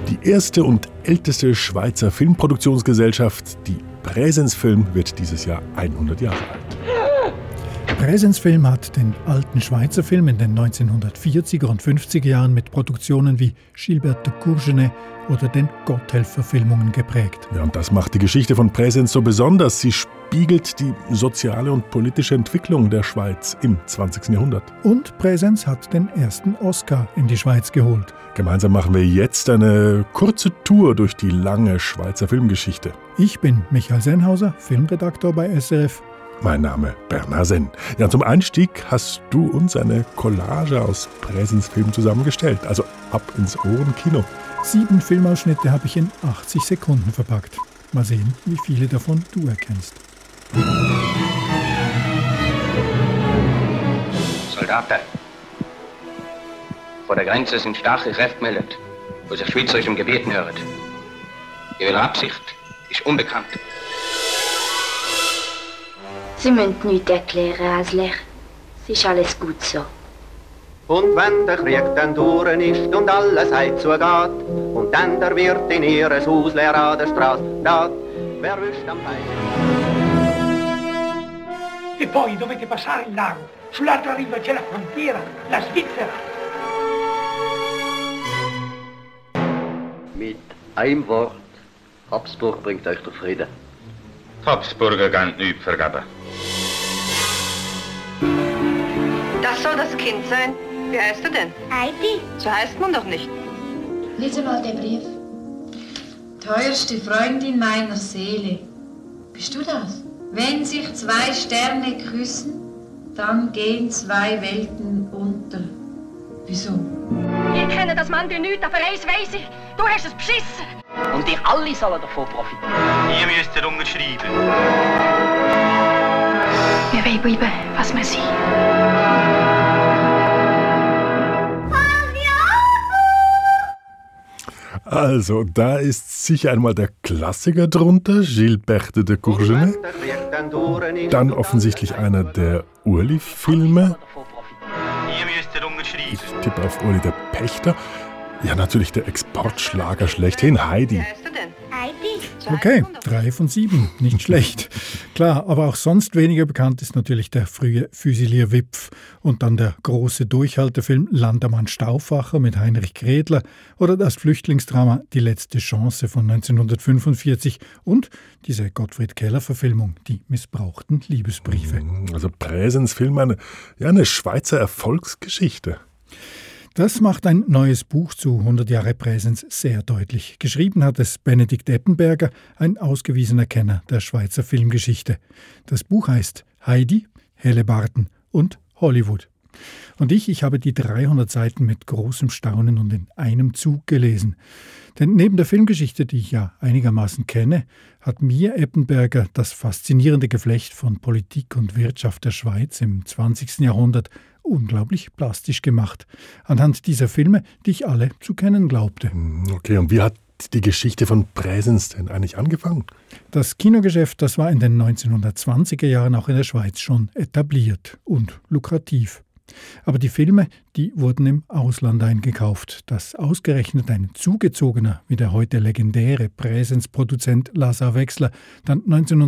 Die erste und älteste Schweizer Filmproduktionsgesellschaft, die Praesens Film, wird dieses Jahr 100 Jahre alt. Praesens Film hat den alten Schweizer Film in den 1940er und 50er Jahren mit Produktionen wie Gilbert de Courgenay oder den Gotthelf-Verfilmungen geprägt. Ja, und das macht die Geschichte von Praesens so besonders. Sie spiegelt die soziale und politische Entwicklung der Schweiz im 20. Jahrhundert. Und Praesens hat den ersten Oscar in die Schweiz geholt. Gemeinsam machen wir jetzt eine kurze Tour durch die lange Schweizer Filmgeschichte. Ich bin Michael Sennhauser, Filmredaktor bei SRF. Mein Name Bernhard Senn. Ja, zum Einstieg hast du uns eine Collage aus Praesens Film zusammengestellt. Also ab ins Ohrenkino. 7 Filmausschnitte habe ich in 80 Sekunden verpackt. Mal sehen, wie viele davon du erkennst. Soldaten. Vor der Grenze sind starke Kräfte gemeldet, wo sich schweizerischem Gebieten hören. Ihre Absicht ist unbekannt. Sie müssen nichts erklären, Hasler. Es ist alles gut so. Und wenn der Krieg dann durch ist und alles heim zugeht, und dann der Wirt in ihres Haus leer an der Straße steht, wer wüsst am Feind? E poi dovete passare il lago. Sull'altra riva c'è la frontiera, la Svizzera. Mit einem Wort, Habsburg bringt euch der Frieden. Die Habsburger können nichts vergeben. Das soll das Kind sein. Wie heißt er denn? Heidi? So heißt man doch nicht. Lies mal den Brief. Teuerste Freundin meiner Seele. Bist du das? Wenn sich 2 Sterne küssen, dann gehen 2 Welten unter. Wieso? Ich kenne das Mann wie nichts, aber eins weiss ich. Du hast es beschissen. Und ihr alle sollen davon profitieren. Ihr müsst unterschreiben. Wir wollen bleiben, was wir sind. Also, da ist sicher einmal der Klassiker drunter, Gilbert de Courgenay. Dann offensichtlich einer der Urli-Filme. Ich tippe auf Uli der Pächter. Ja, natürlich der Exportschlager schlechthin, Heidi. Okay, 3 von 7, nicht schlecht. Klar, aber auch sonst weniger bekannt ist natürlich der frühe Füsilier Wipf und dann der große Durchhaltefilm Landermann Stauffacher mit Heinrich Grädler oder das Flüchtlingsdrama Die letzte Chance von 1945 und diese Gottfried Keller-Verfilmung, Die missbrauchten Liebesbriefe. Also Praesens Film, eine Schweizer Erfolgsgeschichte. Das macht ein neues Buch zu 100 Jahre Praesens sehr deutlich. Geschrieben hat es Benedikt Eppenberger, ein ausgewiesener Kenner der Schweizer Filmgeschichte. Das Buch heißt Heidi, Hellebarden und Hollywood. Und ich habe die 300 Seiten mit großem Staunen und in einem Zug gelesen. Denn neben der Filmgeschichte, die ich ja einigermaßen kenne, hat mir Eppenberger das faszinierende Geflecht von Politik und Wirtschaft der Schweiz im 20. Jahrhundert unglaublich plastisch gemacht. Anhand dieser Filme, die ich alle zu kennen glaubte. Okay, und wie hat die Geschichte von Praesens denn eigentlich angefangen? Das Kinogeschäft, das war in den 1920er Jahren auch in der Schweiz schon etabliert und lukrativ. Aber die Filme, die wurden im Ausland eingekauft. Dass ausgerechnet ein Zugezogener, wie der heute legendäre Praesens-Produzent Lazar Wechsler, dann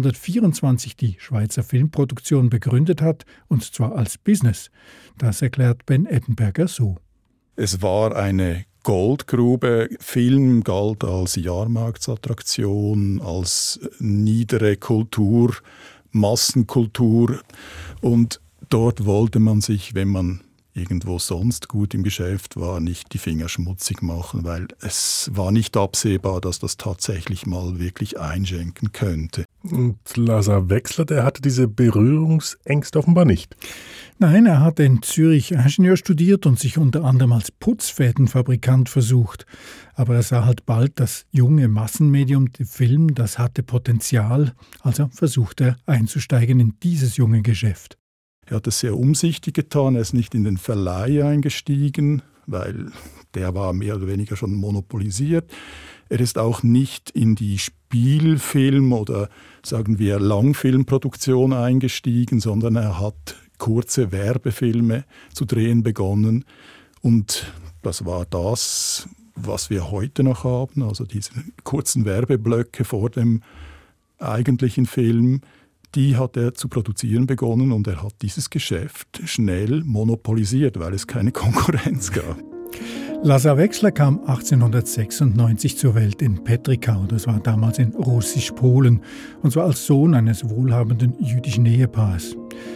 1924 die Schweizer Filmproduktion begründet hat, und zwar als Business, das erklärt Ben Eppenberger so. Es war eine Goldgrube. Film galt als Jahrmarktsattraktion, als niedere Kultur, Massenkultur, und dort wollte man sich, wenn man irgendwo sonst gut im Geschäft war, nicht die Finger schmutzig machen, weil es war nicht absehbar, dass das tatsächlich mal wirklich einschenken könnte. Und Lazar Wechsler, der hatte diese Berührungsängste offenbar nicht. Nein, er hat in Zürich Ingenieur studiert und sich unter anderem als Putzfädenfabrikant versucht. Aber er sah halt bald, das junge Massenmedium, der Film, das hatte Potenzial. Also versuchte er einzusteigen in dieses junge Geschäft. Er hat es sehr umsichtig getan, er ist nicht in den Verleih eingestiegen, weil der war mehr oder weniger schon monopolisiert. Er ist auch nicht in die Spielfilm- oder sagen wir Langfilmproduktion eingestiegen, sondern er hat kurze Werbefilme zu drehen begonnen. Und das war das, was wir heute noch haben, also diese kurzen Werbeblöcke vor dem eigentlichen Film, die hat er zu produzieren begonnen und er hat dieses Geschäft schnell monopolisiert, weil es keine Konkurrenz gab. Lazar Wexler kam 1896 zur Welt in Petrikau, das war damals in Russisch-Polen, und zwar als Sohn eines wohlhabenden jüdischen Ehepaars.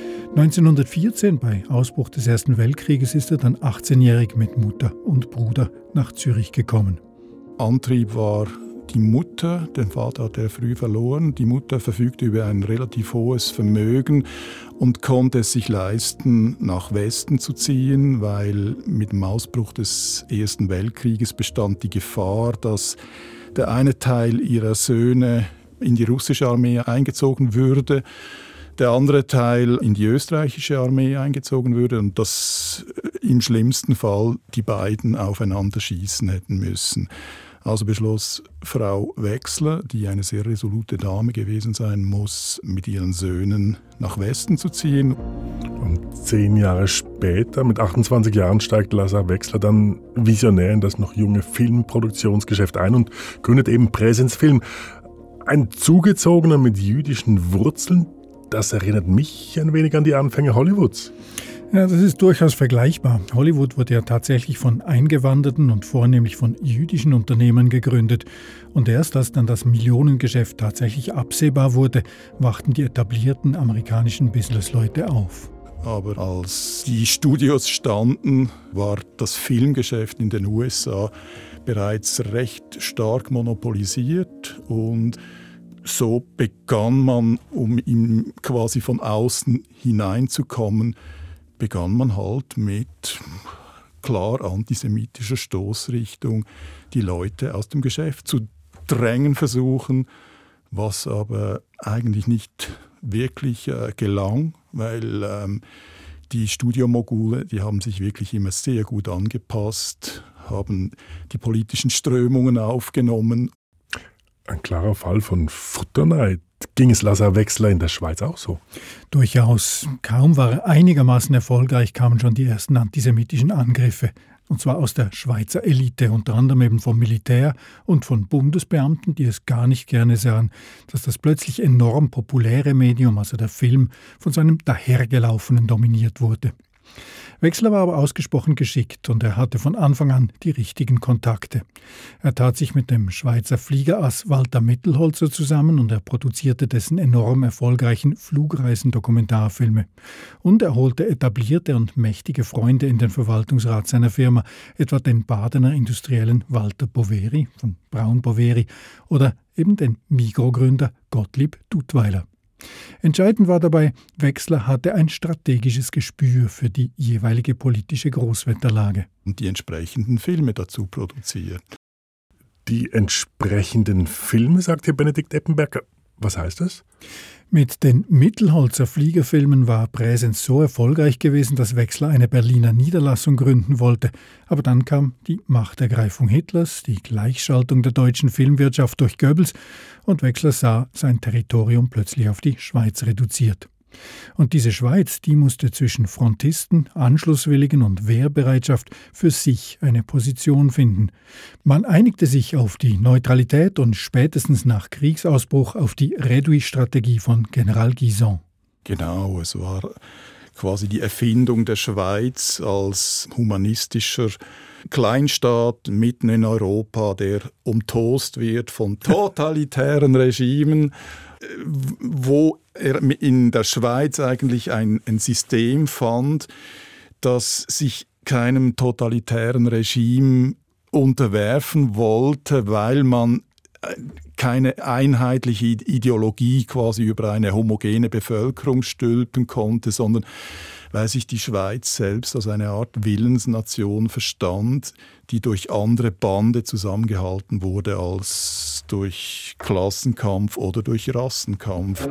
1914, bei Ausbruch des Ersten Weltkrieges, ist er dann 18-jährig mit Mutter und Bruder nach Zürich gekommen. Antrieb war die Mutter, den Vater hat er früh verloren. Die Mutter verfügte über ein relativ hohes Vermögen und konnte es sich leisten, nach Westen zu ziehen, weil mit dem Ausbruch des Ersten Weltkrieges bestand die Gefahr, dass der eine Teil ihrer Söhne in die russische Armee eingezogen würde, der andere Teil in die österreichische Armee eingezogen würde und dass im schlimmsten Fall die beiden aufeinander schießen hätten müssen. Also beschloss Frau Wexler, die eine sehr resolute Dame gewesen sein muss, mit ihren Söhnen nach Westen zu ziehen. Und 10 Jahre später, mit 28 Jahren, steigt Lazar Wexler dann visionär in das noch junge Filmproduktionsgeschäft ein und gründet eben Praesens Film. Ein Zugezogener mit jüdischen Wurzeln, das erinnert mich ein wenig an die Anfänge Hollywoods. Ja, das ist durchaus vergleichbar. Hollywood wurde ja tatsächlich von eingewanderten und vornehmlich von jüdischen Unternehmern gegründet. Und erst als dann das Millionengeschäft tatsächlich absehbar wurde, wachten die etablierten amerikanischen Businessleute auf. Aber als die Studios standen, war das Filmgeschäft in den USA bereits recht stark monopolisiert und so begann man, um ihm quasi von außen hineinzukommen, begann man halt mit klar antisemitischer Stoßrichtung die Leute aus dem Geschäft zu drängen versuchen, was aber eigentlich nicht wirklich gelang, weil die Studiomogule, die haben sich wirklich immer sehr gut angepasst, haben die politischen Strömungen aufgenommen. Ein klarer Fall von Futterneid. Ging es Lazar Wexler in der Schweiz auch so? Durchaus. Kaum war er einigermaßen erfolgreich, kamen schon die ersten antisemitischen Angriffe. Und zwar aus der Schweizer Elite, unter anderem eben vom Militär und von Bundesbeamten, die es gar nicht gerne sahen, dass das plötzlich enorm populäre Medium, also der Film, von so einem Dahergelaufenen dominiert wurde. Wexler war aber ausgesprochen geschickt und er hatte von Anfang an die richtigen Kontakte. Er tat sich mit dem Schweizer Fliegerass Walter Mittelholzer zusammen und er produzierte dessen enorm erfolgreichen Flugreisen-Dokumentarfilme. Und er holte etablierte und mächtige Freunde in den Verwaltungsrat seiner Firma, etwa den Badener Industriellen Walter Boveri von Braun Boveri oder eben den Migros-Gründer Gottlieb Duttweiler. Entscheidend war dabei, Wexler hatte ein strategisches Gespür für die jeweilige politische Großwetterlage. Und die entsprechenden Filme dazu produziert. Die entsprechenden Filme, sagt hier Benedikt Eppenberger. Was heißt das? Mit den Mittelholzer Fliegerfilmen war Praesens so erfolgreich gewesen, dass Wexler eine Berliner Niederlassung gründen wollte. Aber dann kam die Machtergreifung Hitlers, die Gleichschaltung der deutschen Filmwirtschaft durch Goebbels und Wexler sah sein Territorium plötzlich auf die Schweiz reduziert. Und diese Schweiz, die musste zwischen Frontisten, Anschlusswilligen und Wehrbereitschaft für sich eine Position finden. Man einigte sich auf die Neutralität und spätestens nach Kriegsausbruch auf die Réduit-Strategie von General Guisan. Genau, es war quasi die Erfindung der Schweiz als humanistischer Kleinstaat mitten in Europa, der umtost wird von totalitären Regimen, wo er in der Schweiz eigentlich ein System fand, das sich keinem totalitären Regime unterwerfen wollte, weil man keine einheitliche Ideologie quasi über eine homogene Bevölkerung stülpen konnte, sondern weil sich die Schweiz selbst als eine Art Willensnation verstand, die durch andere Bande zusammengehalten wurde als durch Klassenkampf oder durch Rassenkampf.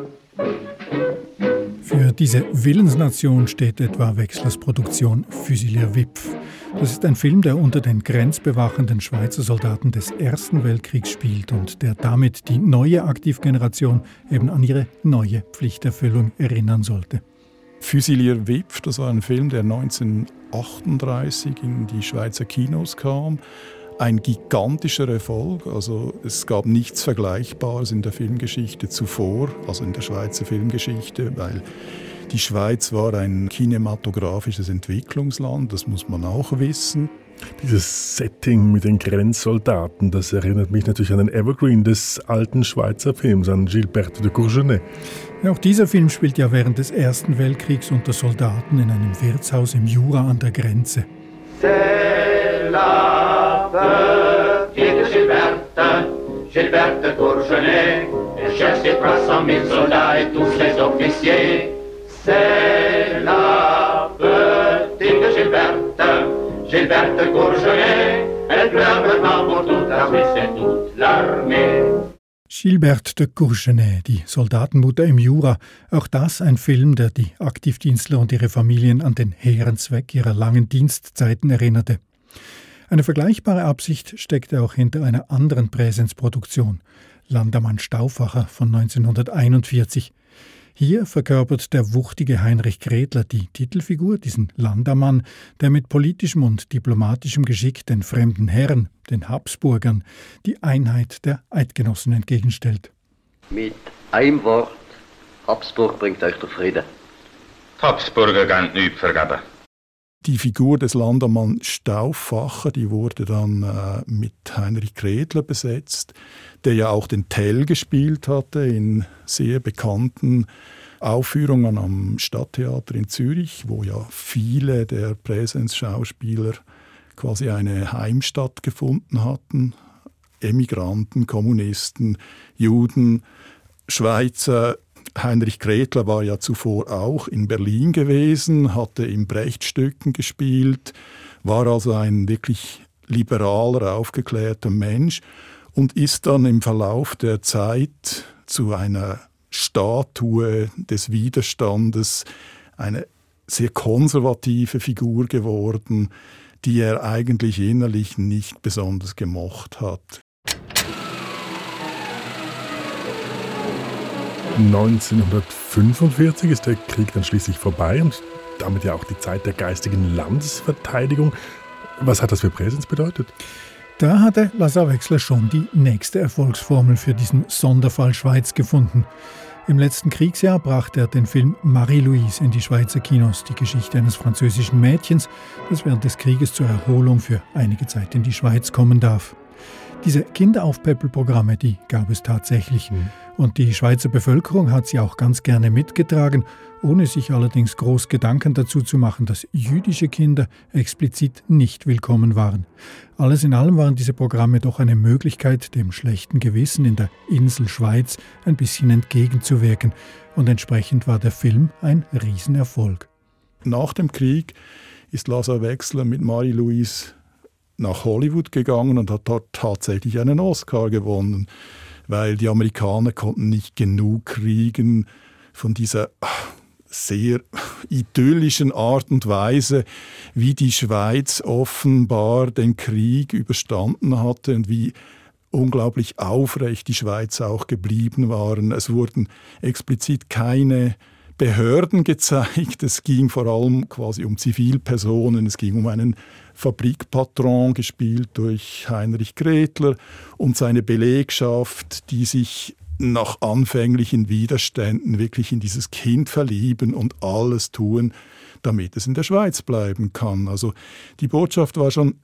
Für diese Willensnation steht etwa Wexlers Produktion Fusilier Wipf. Das ist ein Film, der unter den grenzbewachenden Schweizer Soldaten des Ersten Weltkriegs spielt und der damit die neue Aktivgeneration eben an ihre neue Pflichterfüllung erinnern sollte. Fusilier Wipf, das war ein Film, der 1938 in die Schweizer Kinos kam. ein gigantischer Erfolg. Also es gab nichts Vergleichbares in der Filmgeschichte zuvor, also in der Schweizer Filmgeschichte, weil die Schweiz war ein kinematografisches Entwicklungsland, das muss man auch wissen. Dieses Setting mit den Grenzsoldaten, das erinnert mich natürlich an den Evergreen des alten Schweizer Films, an Gilberte de Courgenay. Auch dieser Film spielt ja während des Ersten Weltkriegs unter Soldaten in einem Wirtshaus im Jura an der Grenze. C'est la petite Gilberte de Courgenay, elle cherche ses 300 000 soldats et tous les officiers. C'est la petite Gilberte de Courgenay, elle pleure maintenant pour toute l'armée, c'est toute l'armée. Gilberte de Courgenay, die Soldatenmutter im Jura. Auch das ein Film, der die Aktivdienstler und ihre Familien an den hehren Zweck ihrer langen Dienstzeiten erinnerte. Eine vergleichbare Absicht steckte auch hinter einer anderen Präsenzproduktion, Landamann Stauffacher von 1941. Hier verkörpert der wuchtige Heinrich Gretler die Titelfigur, diesen Landamann, der mit politischem und diplomatischem Geschick den fremden Herren, den Habsburgern, die Einheit der Eidgenossen entgegenstellt. Mit einem Wort, Habsburg bringt euch der Frieden. Die Habsburger können nichts vergeben. Die Figur des Landamann Stauffacher, die wurde dann mit Heinrich Gretler besetzt, der ja auch den Tell gespielt hatte in sehr bekannten Aufführungen am Stadttheater in Zürich, wo ja viele der Präsenzschauspieler quasi eine Heimstatt gefunden hatten. Emigranten, Kommunisten, Juden, Schweizer. Heinrich Gretler war ja zuvor auch in Berlin gewesen, hatte in Brecht-Stücken gespielt, war also ein wirklich liberaler, aufgeklärter Mensch und ist dann im Verlauf der Zeit zu einer Statue des Widerstandes, eine sehr konservative Figur geworden, die er eigentlich innerlich nicht besonders gemocht hat. 1945 ist der Krieg dann schließlich vorbei und damit ja auch die Zeit der geistigen Landesverteidigung. Was hat das für Präsenz bedeutet? Da hatte Lazar Wexler schon die nächste Erfolgsformel für diesen Sonderfall Schweiz gefunden. Im letzten Kriegsjahr brachte er den Film Marie-Louise in die Schweizer Kinos, die Geschichte eines französischen Mädchens, das während des Krieges zur Erholung für einige Zeit in die Schweiz kommen darf. Diese Kinderaufpäppelprogramme, die gab es tatsächlich. Und die Schweizer Bevölkerung hat sie auch ganz gerne mitgetragen, ohne sich allerdings groß Gedanken dazu zu machen, dass jüdische Kinder explizit nicht willkommen waren. Alles in allem waren diese Programme doch eine Möglichkeit, dem schlechten Gewissen in der Insel Schweiz ein bisschen entgegenzuwirken. Und entsprechend war der Film ein Riesenerfolg. Nach dem Krieg ist Lazar Wexler mit Marie-Louise nach Hollywood gegangen und hat dort tatsächlich einen Oscar gewonnen, weil die Amerikaner konnten nicht genug kriegen von dieser sehr idyllischen Art und Weise, wie die Schweiz offenbar den Krieg überstanden hatte und wie unglaublich aufrecht die Schweiz auch geblieben waren. Es wurden explizit keine Behörden gezeigt. Es ging vor allem quasi um Zivilpersonen. Es ging um einen Fabrikpatron, gespielt durch Heinrich Gretler, und seine Belegschaft, die sich nach anfänglichen Widerständen wirklich in dieses Kind verlieben und alles tun, damit es in der Schweiz bleiben kann. Also die Botschaft war schon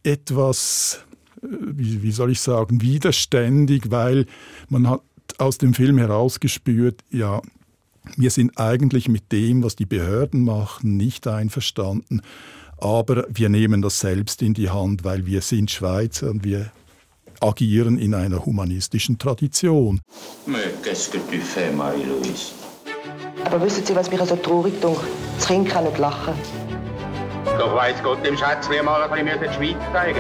etwas, wie soll ich sagen, widerständig, weil man hat aus dem Film herausgespürt, ja, wir sind eigentlich mit dem, was die Behörden machen, nicht einverstanden, aber wir nehmen das selbst in die Hand, weil wir sind Schweizer und wir agieren in einer humanistischen Tradition. Mais qu'est-ce que tu fais, Marie-Louise? Aber wissen Sie, was mich so traurig tut? Das Kind kann nicht lachen. Doch weiss Gott, dem Schätzchen mal ein bisschen die Schweiz zeigen.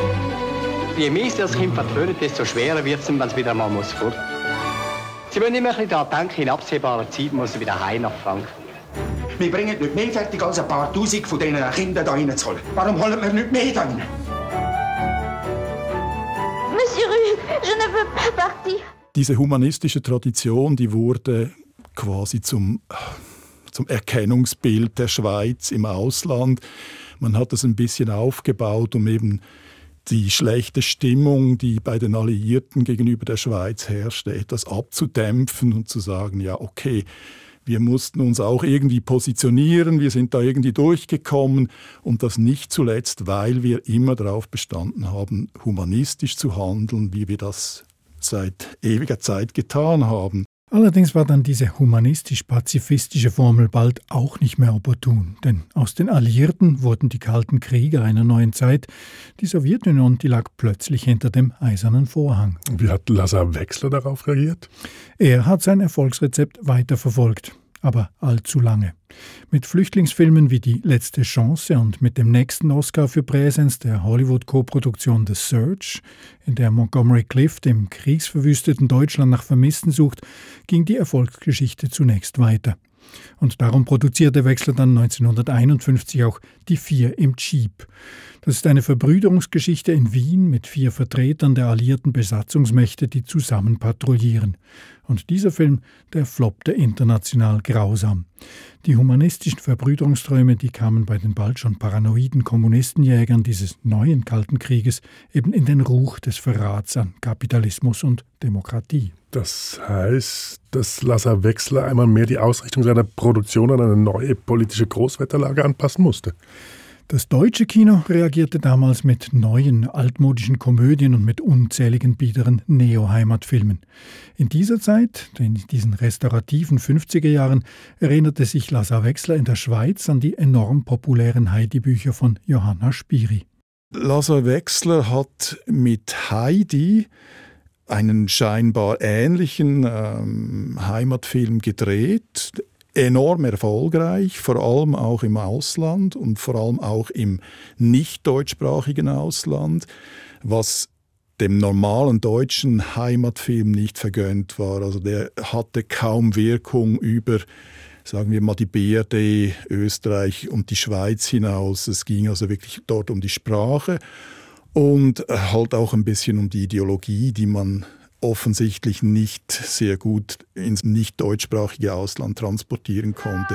Je mehr Sie das Kind vertrönen, desto schwerer wird es ihm, wenn es wieder mal fort muss. Sie müssen immer ein bisschen daran denken, in absehbarer Zeit muss er wieder heim nach Frankfurt. Wir bringen nicht mehr fertig, als ein paar Tausend von diesen Kindern da reinzuholen. Warum holen wir nicht mehr da rein? Monsieur Rue, je ne veux pas partir. Diese humanistische Tradition, die wurde quasi zum Erkennungsbild der Schweiz im Ausland. Man hat das ein bisschen aufgebaut, um eben die schlechte Stimmung, die bei den Alliierten gegenüber der Schweiz herrschte, etwas abzudämpfen und zu sagen, ja, okay, wir mussten uns auch irgendwie positionieren, wir sind da irgendwie durchgekommen und das nicht zuletzt, weil wir immer darauf bestanden haben, humanistisch zu handeln, wie wir das seit ewiger Zeit getan haben. Allerdings war dann diese humanistisch-pazifistische Formel bald auch nicht mehr opportun, denn aus den Alliierten wurden die kalten Krieger einer neuen Zeit. Die Sowjetunion, die lag plötzlich hinter dem eisernen Vorhang. Wie hat Lazar Wexler darauf reagiert? Er hat sein Erfolgsrezept weiterverfolgt, aber allzu lange. Mit Flüchtlingsfilmen wie Die letzte Chance und mit dem nächsten Oscar für Präsenz der Hollywood-Koproduktion The Search, in der Montgomery Clift im kriegsverwüsteten Deutschland nach Vermissten sucht, ging die Erfolgsgeschichte zunächst weiter. Und darum produzierte Wexler dann 1951 auch Die 4 im Jeep. Das ist eine Verbrüderungsgeschichte in Wien mit 4 Vertretern der alliierten Besatzungsmächte, die zusammen patrouillieren. Und dieser Film, der floppte international grausam. Die humanistischen Verbrüderungsträume, die kamen bei den bald schon paranoiden Kommunistenjägern dieses neuen Kalten Krieges eben in den Ruch des Verrats an Kapitalismus und Demokratie. Das heißt, dass Lazar Wexler einmal mehr die Ausrichtung seiner Produktion an eine neue politische Großwetterlage anpassen musste. Das deutsche Kino reagierte damals mit neuen, altmodischen Komödien und mit unzähligen biederen Neo-Heimatfilmen. In dieser Zeit, in diesen restaurativen 50er Jahren, erinnerte sich Lazar Wexler in der Schweiz an die enorm populären Heidi-Bücher von Johanna Spyri. Lazar Wexler hat mit Heidi einen scheinbar ähnlichen Heimatfilm gedreht, enorm erfolgreich, vor allem auch im Ausland und vor allem auch im nicht deutschsprachigen Ausland, was dem normalen deutschen Heimatfilm nicht vergönnt war. Also der hatte kaum Wirkung über, sagen wir mal, die BRD, Österreich und die Schweiz hinaus. Es ging also wirklich dort um die Sprache und halt auch ein bisschen um die Ideologie, die man offensichtlich nicht sehr gut ins nicht deutschsprachige Ausland transportieren konnte.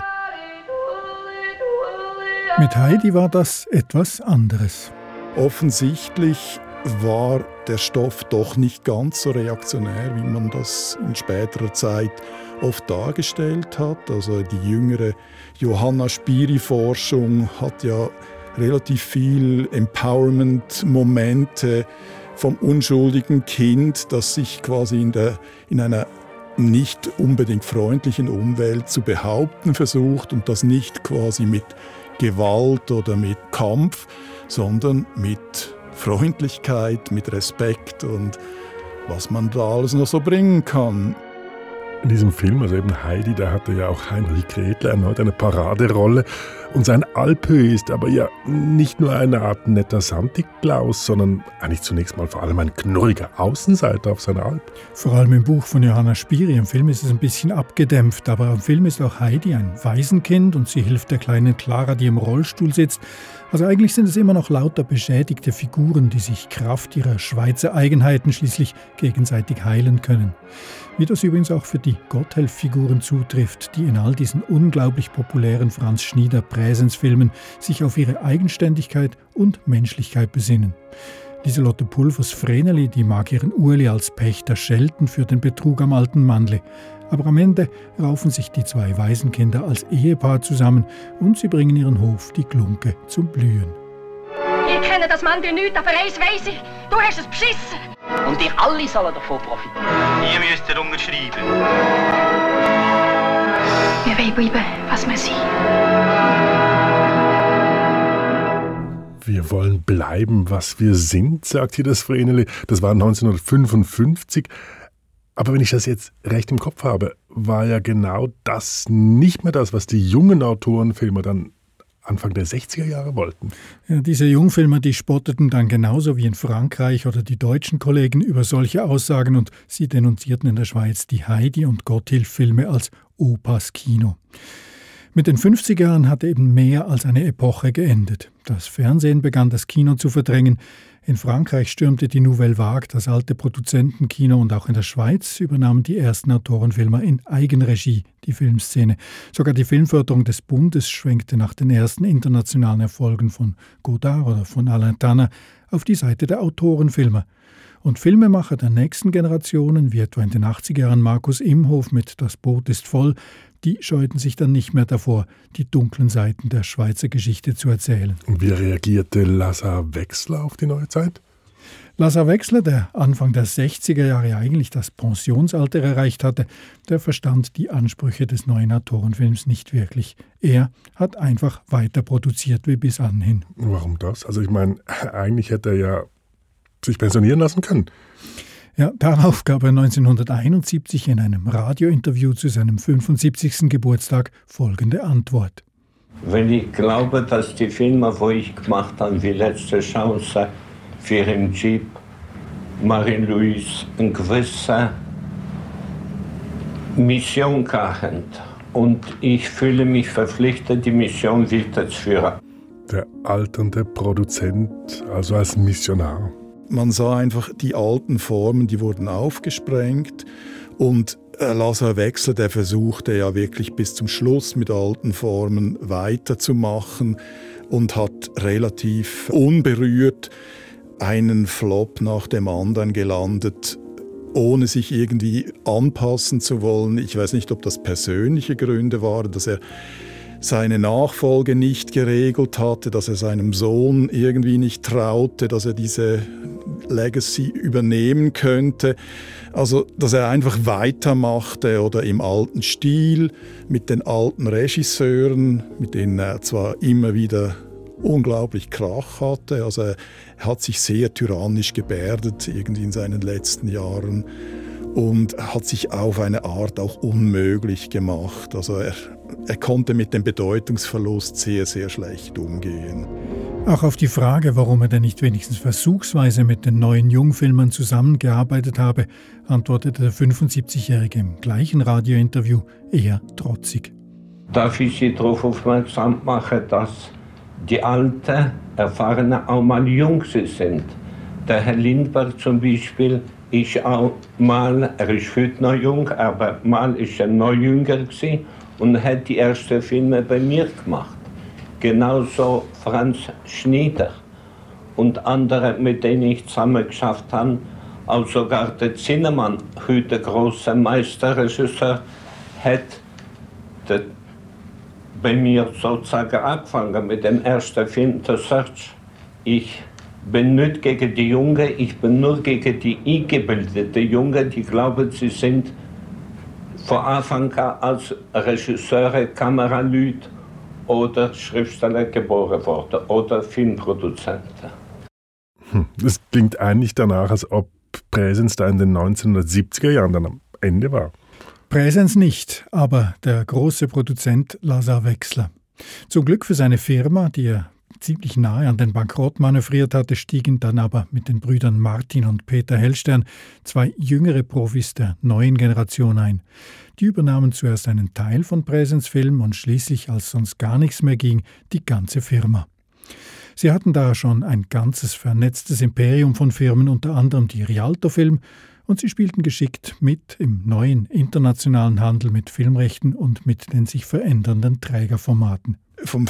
Mit Heidi war das etwas anderes. Offensichtlich war der Stoff doch nicht ganz so reaktionär, wie man das in späterer Zeit oft dargestellt hat. Also die jüngere Johanna Spyri-Forschung hat ja relativ viel Empowerment-Momente vom unschuldigen Kind, das sich quasi in einer nicht unbedingt freundlichen Umwelt zu behaupten versucht und das nicht quasi mit Gewalt oder mit Kampf, sondern mit Freundlichkeit, mit Respekt und was man da alles noch so bringen kann. In diesem Film, also eben Heidi, da hatte ja auch Heinrich Gretler erneut eine Paraderolle. Und sein Alphö ist aber ja nicht nur eine Art netter Santi-Klaus, sondern eigentlich zunächst mal vor allem ein knurriger Außenseiter auf seiner Alp. Vor allem im Buch von Johanna Spyri. Im Film ist es ein bisschen abgedämpft, aber im Film ist auch Heidi ein Waisenkind und sie hilft der kleinen Clara, die im Rollstuhl sitzt. Also eigentlich sind es immer noch lauter beschädigte Figuren, die sich Kraft ihrer Schweizer Eigenheiten schließlich gegenseitig heilen können. Wie das übrigens auch für die Gotthelf-Figuren zutrifft, die in all diesen unglaublich populären Franz Schnieder-Präsens-Filmen sich auf ihre Eigenständigkeit und Menschlichkeit besinnen. Lieselotte Pulvers Vreneli, die mag ihren Ueli als Pächter schelten für den Betrug am alten Mannli. Aber am Ende raufen sich die 2 Waisenkinder als Ehepaar zusammen und sie bringen ihren Hof, die Glunke, zum Blühen. Ich kenne das Mannli nicht, aber eins weiss ich, du hast es beschissen. Und ihr alle sollen davon profitieren. Ihr müsst unterschreiben. Wir wollen bleiben, was wir sind. Wir wollen bleiben, was wir sind, sagt hier das Vreneli. Das war 1955. Aber wenn ich das jetzt recht im Kopf habe, war ja genau das nicht mehr das, was die jungen Autorenfilmer dann Anfang der 60er Jahre wollten. Ja, diese Jungfilmer, die spotteten dann genauso wie in Frankreich oder die deutschen Kollegen über solche Aussagen und sie denunzierten in der Schweiz die Heidi- und Gotthilf-Filme als Opas Kino. Mit den 50er Jahren hatte eben mehr als eine Epoche geendet. Das Fernsehen begann das Kino zu verdrängen. In Frankreich stürmte die Nouvelle Vague das alte Produzentenkino und auch in der Schweiz übernahmen die ersten Autorenfilmer in Eigenregie die Filmszene. Sogar die Filmförderung des Bundes schwenkte nach den ersten internationalen Erfolgen von Godard oder von Alain Tanner auf die Seite der Autorenfilmer. Und Filmemacher der nächsten Generationen, wie etwa in den 80er Jahren Markus Imhof mit Das Boot ist voll, die scheuten sich dann nicht mehr davor, die dunklen Seiten der Schweizer Geschichte zu erzählen. Und wie reagierte Lazar Wexler auf die neue Zeit? Lazar Wexler, der Anfang der 60er Jahre eigentlich das Pensionsalter erreicht hatte, der verstand die Ansprüche des neuen Autorenfilms nicht wirklich. Er hat einfach weiter produziert wie bis anhin. Warum das? Also ich meine, eigentlich hätte er ja sich pensionieren lassen können. Ja, darauf gab er 1971 in einem Radiointerview zu seinem 75. Geburtstag folgende Antwort. Weil ich glaube, dass die Filme, die ich gemacht habe, wie Letzte Chance für im Jeep, Marie-Louise, eine gewisse Mission haben. Und ich fühle mich verpflichtet, die Mission weiterzuführen. Der alternde Produzent, also als Missionar. Man sah einfach, die alten Formen, die wurden aufgesprengt und Lazar Wexler, der versuchte ja wirklich bis zum Schluss mit alten Formen weiterzumachen und hat relativ unberührt einen Flop nach dem anderen gelandet, ohne sich irgendwie anpassen zu wollen. Ich weiß nicht, ob das persönliche Gründe waren, dass er seine Nachfolge nicht geregelt hatte, dass er seinem Sohn irgendwie nicht traute, dass er diese Legacy übernehmen könnte. Also, dass er einfach weitermachte oder im alten Stil mit den alten Regisseuren, mit denen er zwar immer wieder unglaublich Krach hatte. Also er hat sich sehr tyrannisch gebärdet irgendwie in seinen letzten Jahren und hat sich auf eine Art auch unmöglich gemacht. Also er konnte mit dem Bedeutungsverlust sehr, sehr schlecht umgehen. Auch auf die Frage, warum er denn nicht wenigstens versuchsweise mit den neuen Jungfilmern zusammengearbeitet habe, antwortete der 75-Jährige im gleichen Radiointerview eher trotzig. Darf ich Sie darauf aufmerksam machen, dass die alten, erfahrenen auch mal jung sind. Der Herr Lindbergh zum Beispiel ist auch mal, er ist heute noch jung, aber mal ist er noch jünger gewesen und hat die ersten Filme bei mir gemacht. Genauso Franz Schneider und andere, mit denen ich zusammen geschafft habe, auch sogar der Zinnemann, heute der große Meisterregisseur, hat bei mir sozusagen angefangen mit dem ersten Film, The Search. Ich bin nicht gegen die Jungen, ich bin nur gegen die eingebildeten Jungen, die glauben, sie sind von Anfang an als Regisseure, Kameraleute oder Schriftsteller geboren worden oder Filmproduzenten. Das klingt eigentlich danach, als ob Praesens da in den 1970er Jahren dann am Ende war. Praesens nicht, aber der große Produzent Lazar Wexler. Zum Glück für seine Firma, die er ziemlich nahe an den Bankrott manövriert hatte, stiegen dann aber mit den Brüdern Martin und Peter Hellstern zwei jüngere Profis der neuen Generation ein. Die übernahmen zuerst einen Teil von Praesens Film und schließlich, als sonst gar nichts mehr ging, die ganze Firma. Sie hatten da schon ein ganzes vernetztes Imperium von Firmen, unter anderem die Rialto Film, und sie spielten geschickt mit im neuen internationalen Handel mit Filmrechten und mit den sich verändernden Trägerformaten. Vom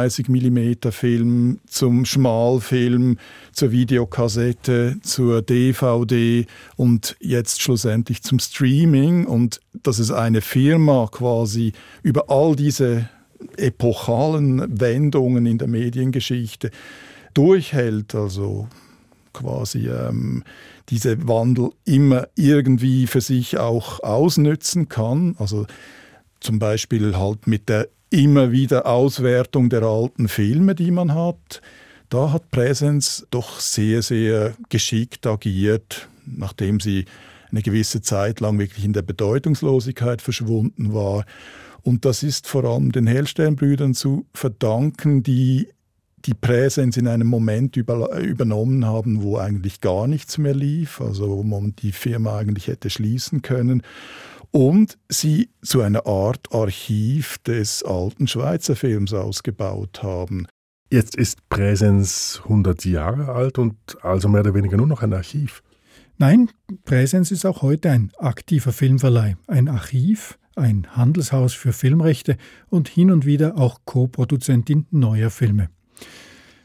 35mm Film zum Schmalfilm, zur Videokassette, zur DVD und jetzt schlussendlich zum Streaming. Und dass es eine Firma quasi über all diese epochalen Wendungen in der Mediengeschichte durchhält, also quasi diese Wandel immer irgendwie für sich auch ausnützen kann. Also zum Beispiel halt mit der immer wieder Auswertung der alten Filme, die man hat. Da hat Praesens doch sehr, sehr geschickt agiert, nachdem sie eine gewisse Zeit lang wirklich in der Bedeutungslosigkeit verschwunden war. Und das ist vor allem den Hellstern-Brüdern zu verdanken, die Praesens in einem Moment übernommen haben, wo eigentlich gar nichts mehr lief, also wo man die Firma eigentlich hätte schließen können. Und sie zu einer Art Archiv des alten Schweizer Films ausgebaut haben. Jetzt ist Praesens 100 Jahre alt und also mehr oder weniger nur noch ein Archiv. Nein, Praesens ist auch heute ein aktiver Filmverleih, ein Archiv, ein Handelshaus für Filmrechte und hin und wieder auch Co-Produzentin neuer Filme.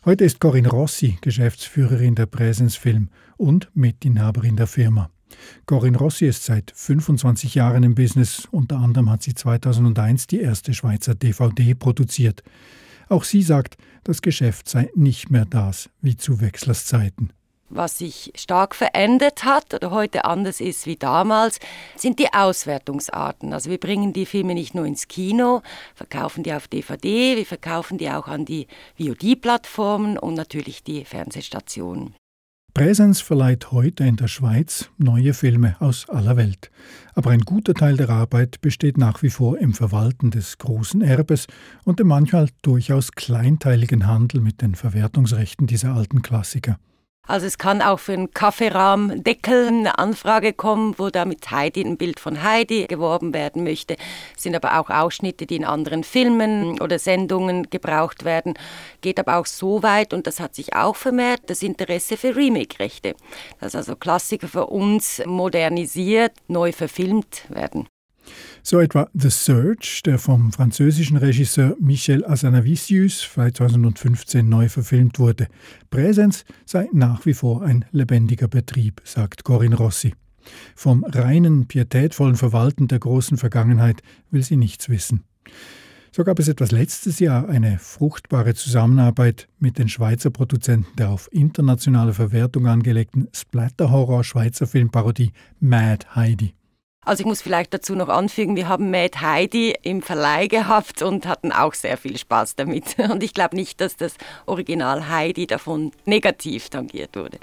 Heute ist Corinne Rossi Geschäftsführerin der Praesens Film und Mitinhaberin der Firma. Corinne Rossi ist seit 25 Jahren im Business. Unter anderem hat sie 2001 die erste Schweizer DVD produziert. Auch sie sagt, das Geschäft sei nicht mehr das wie zu Wechslers Zeiten. Was sich stark verändert hat oder heute anders ist wie damals, sind die Auswertungsarten. Also wir bringen die Filme nicht nur ins Kino, verkaufen die auf DVD, wir verkaufen die auch an die VOD-Plattformen und natürlich die Fernsehstationen. Praesens verleiht heute in der Schweiz neue Filme aus aller Welt. Aber ein guter Teil der Arbeit besteht nach wie vor im Verwalten des großen Erbes und dem manchmal durchaus kleinteiligen Handel mit den Verwertungsrechten dieser alten Klassiker. Also es kann auch für einen Kaffeerahmdeckel eine Anfrage kommen, wo da mit Heidi ein Bild von Heidi geworben werden möchte. Es sind aber auch Ausschnitte, die in anderen Filmen oder Sendungen gebraucht werden. Geht aber auch so weit, und das hat sich auch vermehrt, das Interesse für Remake-Rechte. Dass also Klassiker für uns modernisiert, neu verfilmt werden. So etwa The Search, der vom französischen Regisseur Michel Hazanavicius 2015 neu verfilmt wurde. Praesens sei nach wie vor ein lebendiger Betrieb, sagt Corinne Rossi. Vom reinen, pietätvollen Verwalten der großen Vergangenheit will sie nichts wissen. So gab es etwas letztes Jahr eine fruchtbare Zusammenarbeit mit den Schweizer Produzenten der auf internationale Verwertung angelegten Splatter-Horror-Schweizer Filmparodie Mad Heidi. Also ich muss vielleicht dazu noch anfügen, wir haben Mad Heidi im Verleih gehabt und hatten auch sehr viel Spaß damit. Und ich glaube nicht, dass das Original Heidi davon negativ tangiert wurde.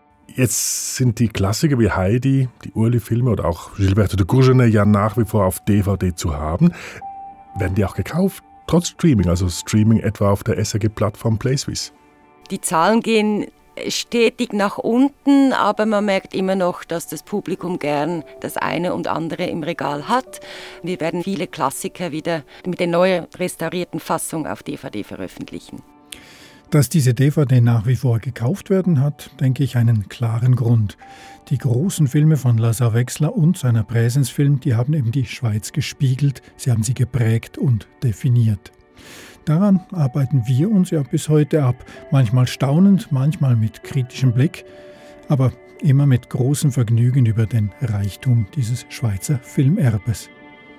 Jetzt sind die Klassiker wie Heidi, die Urli-Filme oder auch Gilberto de Courgenay ja nach wie vor auf DVD zu haben. Werden die auch gekauft, trotz Streaming, also Streaming etwa auf der SRG-Plattform PlaySwiss? Die Zahlen gehen stetig nach unten, aber man merkt immer noch, dass das Publikum gern das eine und andere im Regal hat. Wir werden viele Klassiker wieder mit der neu restaurierten Fassung auf DVD veröffentlichen. Dass diese DVD nach wie vor gekauft werden, hat, denke ich, einen klaren Grund. Die großen Filme von Lazar Wexler und seiner Praesens Film, die haben eben die Schweiz gespiegelt, sie haben sie geprägt und definiert. Daran arbeiten wir uns ja bis heute ab, manchmal staunend, manchmal mit kritischem Blick, aber immer mit großem Vergnügen über den Reichtum dieses Schweizer Filmerbes.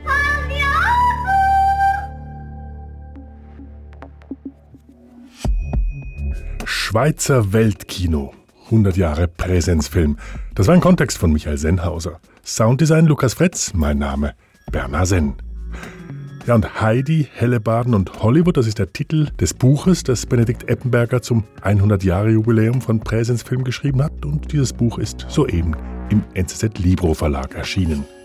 Schweizer Weltkino, 100 Jahre Präsenzfilm. Das war ein Kontext von Michael Sennhauser. Sounddesign Lukas Fretz, mein Name Bernhard Senn. Ja, und Heidi, Hellebaden und Hollywood, das ist der Titel des Buches, das Benedikt Eppenberger zum 100-Jahre-Jubiläum von Präsenzfilm geschrieben hat. Und dieses Buch ist soeben im NZZ Libro Verlag erschienen.